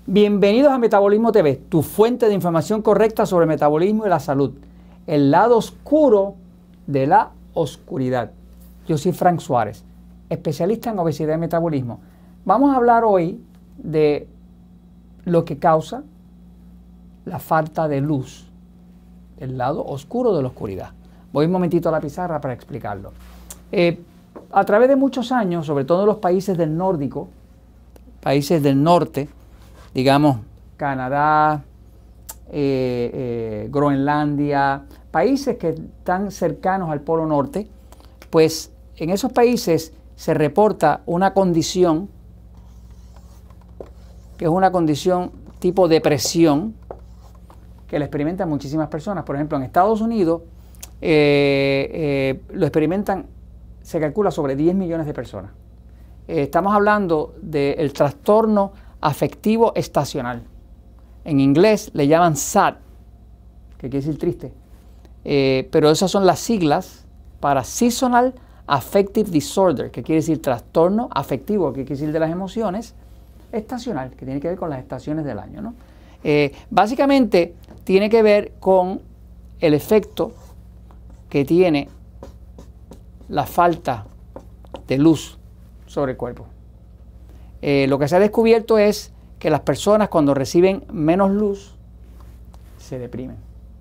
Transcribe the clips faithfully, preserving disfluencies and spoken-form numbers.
Bienvenidos a Metabolismo T V, tu fuente de información correcta sobre el metabolismo y la salud. El lado oscuro de la oscuridad. Yo soy Frank Suárez, especialista en obesidad y metabolismo. Vamos a hablar hoy de lo que causa la falta de luz, el lado oscuro de la oscuridad. Voy un momentito a la pizarra para explicarlo. Eh, a través de muchos años, sobre todo en los países del nórdico, países del norte, digamos Canadá, eh, eh, Groenlandia, países que están cercanos al Polo Norte, pues en esos países se reporta una condición, que es una condición tipo depresión, que la experimentan muchísimas personas. Por ejemplo, en Estados Unidos eh, eh, lo experimentan, se calcula, sobre diez millones de personas. Eh, estamos hablando del trastorno afectivo estacional. En inglés le llaman S A D, que quiere decir triste. Eh, pero esas son las siglas para Seasonal Affective Disorder, que quiere decir trastorno afectivo, que quiere decir de las emociones, estacional, que tiene que ver con las estaciones del año, ¿no? Eh, básicamente tiene que ver con el efecto que tiene la falta de luz sobre el cuerpo. Eh, lo que se ha descubierto es que las personas, cuando reciben menos luz, se deprimen.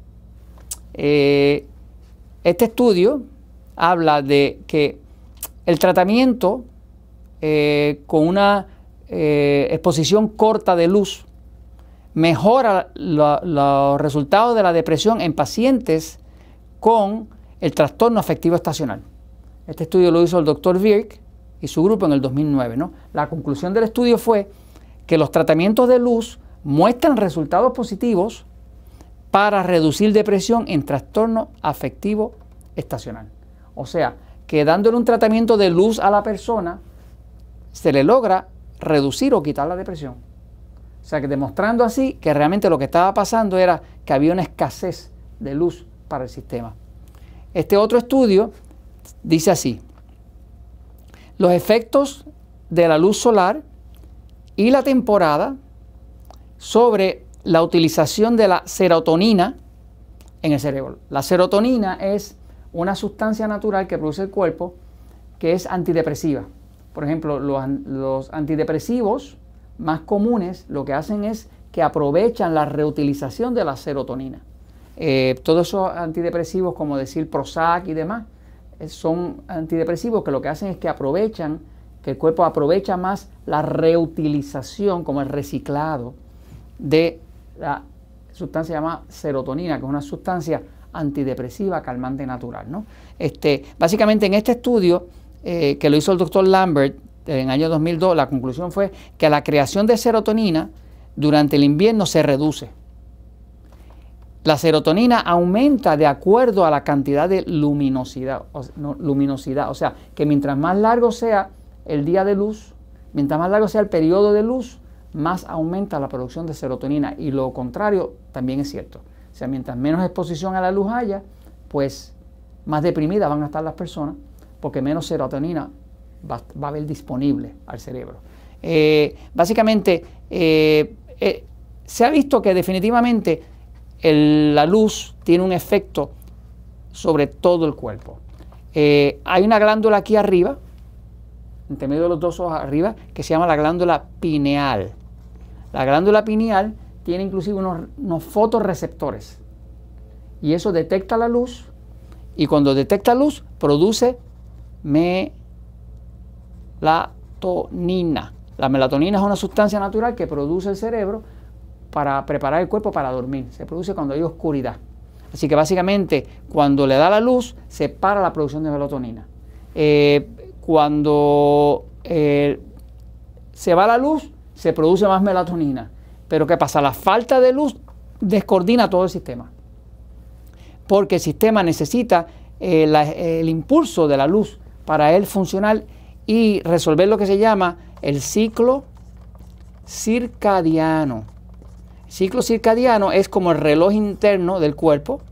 Eh, este estudio habla de que el tratamiento eh, con una eh, exposición corta de luz mejora lo, los resultados de la depresión en pacientes con el trastorno afectivo estacional. Este estudio lo hizo el doctor Virk y su grupo en el dos mil nueve, ¿no? La conclusión del estudio fue que los tratamientos de luz muestran resultados positivos para reducir depresión en trastorno afectivo estacional. O sea, que dándole un tratamiento de luz a la persona, se le logra reducir o quitar la depresión. O sea, que demostrando así que realmente lo que estaba pasando era que había una escasez de luz para el sistema. Este otro estudio dice así: los efectos de la luz solar y la temporada sobre la utilización de la serotonina en el cerebro. La serotonina es una sustancia natural que produce el cuerpo que es antidepresiva. Por ejemplo, los, los antidepresivos más comunes lo que hacen es que aprovechan la reutilización de la serotonina. Eh, todos esos antidepresivos, como decir Prozac y demás, son antidepresivos que lo que hacen es que aprovechan, que el cuerpo aprovecha más la reutilización, como el reciclado de la sustancia llamada serotonina, que es una sustancia antidepresiva, calmante natural, ¿no? Este, básicamente en este estudio eh, que lo hizo el doctor Lambert en el año dos mil dos, la conclusión fue que la creación de serotonina durante el invierno se reduce. La serotonina aumenta de acuerdo a la cantidad de luminosidad, o, no, luminosidad, o sea, que mientras más largo sea el día de luz, mientras más largo sea el periodo de luz, más aumenta la producción de serotonina, y lo contrario también es cierto. O sea, mientras menos exposición a la luz haya, pues más deprimidas van a estar las personas, porque menos serotonina va, va a haber disponible al cerebro. Eh, básicamente, eh, eh, se ha visto que definitivamente El, la luz tiene un efecto sobre todo el cuerpo. Eh, hay una glándula aquí arriba, entre medio de los dos ojos arriba, que se llama la glándula pineal. La glándula pineal tiene inclusive unos, unos fotorreceptores, y eso detecta la luz, y cuando detecta luz produce melatonina. La melatonina es una sustancia natural que produce el cerebro para preparar el cuerpo para dormir. Se produce cuando hay oscuridad. Así que básicamente cuando le da la luz se para la producción de melatonina. Eh, cuando eh, se va la luz se produce más melatonina. Pero ¿qué pasa? La falta de luz descoordina todo el sistema. Porque el sistema necesita eh, la, el impulso de la luz para él funcionar y resolver lo que se llama el ciclo circadiano. Ciclo circadiano es como el reloj interno del cuerpo,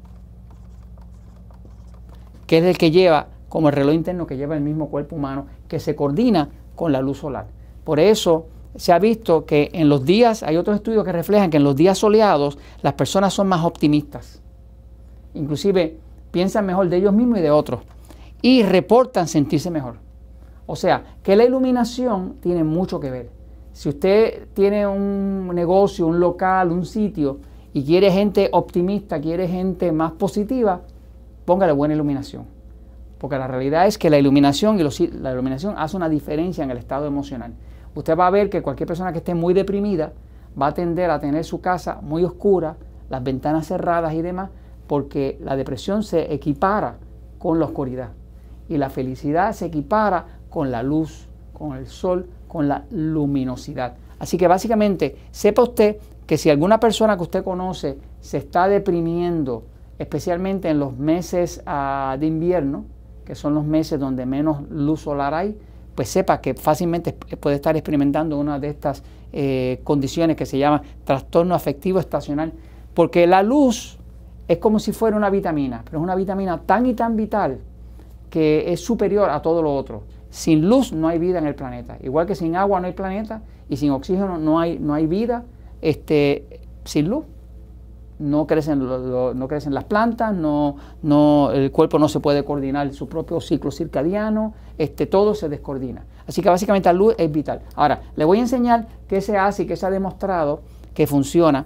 que es el que lleva, como el reloj interno que lleva el mismo cuerpo humano, que se coordina con la luz solar. Por eso se ha visto que en los días, hay otros estudios que reflejan que en los días soleados las personas son más optimistas. Inclusive piensan mejor de ellos mismos y de otros. Y reportan sentirse mejor. O sea, que la iluminación tiene mucho que ver. Si usted tiene un negocio, un local, un sitio y quiere gente optimista, quiere gente más positiva, póngale buena iluminación. Porque la realidad es que la iluminación, y los, la iluminación hace una diferencia en el estado emocional. Usted va a ver que cualquier persona que esté muy deprimida va a tender a tener su casa muy oscura, las ventanas cerradas y demás, porque la depresión se equipara con la oscuridad. Y la felicidad se equipara con la luz, con el sol, con la luminosidad. Así que básicamente, sepa usted que si alguna persona que usted conoce se está deprimiendo, especialmente en los meses uh, de invierno, que son los meses donde menos luz solar hay, pues sepa que fácilmente puede estar experimentando una de estas eh, condiciones que se llama trastorno afectivo estacional, porque la luz es como si fuera una vitamina, pero es una vitamina tan y tan vital que es superior a todo lo otro. Sin luz no hay vida en el planeta, igual que sin agua no hay planeta y sin oxígeno no hay, no hay vida. Este, sin luz no crecen, lo, lo, no crecen las plantas, no, no, el cuerpo no se puede coordinar su propio ciclo circadiano, este, todo se descoordina. Así que básicamente la luz es vital. Ahora, le voy a enseñar qué se hace y qué se ha demostrado que funciona.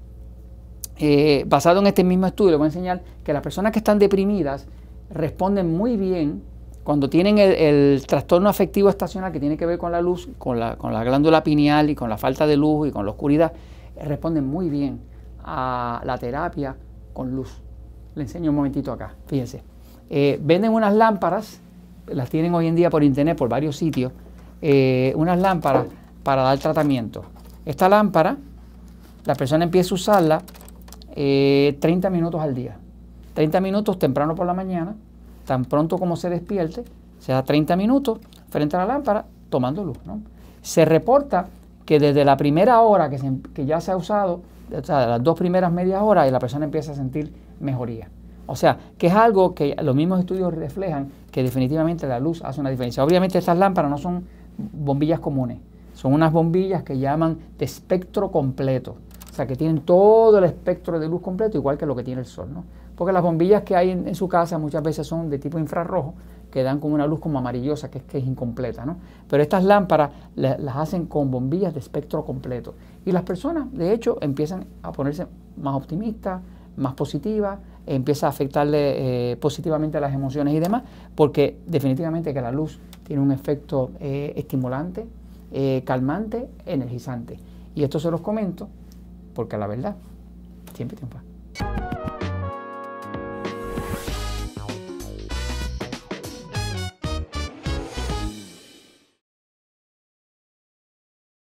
Eh, basado en este mismo estudio, le voy a enseñar que las personas que están deprimidas responden muy bien cuando tienen el, el trastorno afectivo estacional, que tiene que ver con la luz, con la, con la glándula pineal y con la falta de luz y con la oscuridad, responden muy bien a la terapia con luz. Le enseño un momentito acá, fíjense. Eh, venden unas lámparas, las tienen hoy en día por internet, por varios sitios, eh, unas lámparas para dar tratamiento. Esta lámpara, la persona empieza a usarla eh, treinta minutos al día. treinta minutos temprano por la mañana, tan pronto como se despierte, se da treinta minutos frente a la lámpara tomando luz, ¿no? Se reporta que desde la primera hora que, se, que ya se ha usado, o sea, de las dos primeras medias horas, la persona empieza a sentir mejoría. O sea, que es algo que los mismos estudios reflejan que definitivamente la luz hace una diferencia. Obviamente estas lámparas no son bombillas comunes, son unas bombillas que llaman de espectro completo. O sea, que tienen todo el espectro de luz completo, igual que lo que tiene el sol, ¿no? Porque las bombillas que hay en, en su casa muchas veces son de tipo infrarrojo, que dan como una luz como amarillosa, que es, que es incompleta, ¿no? Pero estas lámparas le, las hacen con bombillas de espectro completo. Y las personas, de hecho, empiezan a ponerse más optimistas, más positivas, empieza a afectarle eh, positivamente a las emociones y demás, porque definitivamente que la luz tiene un efecto eh, estimulante, eh, calmante, energizante. Y esto se los comento porque la verdad siempre triunfa.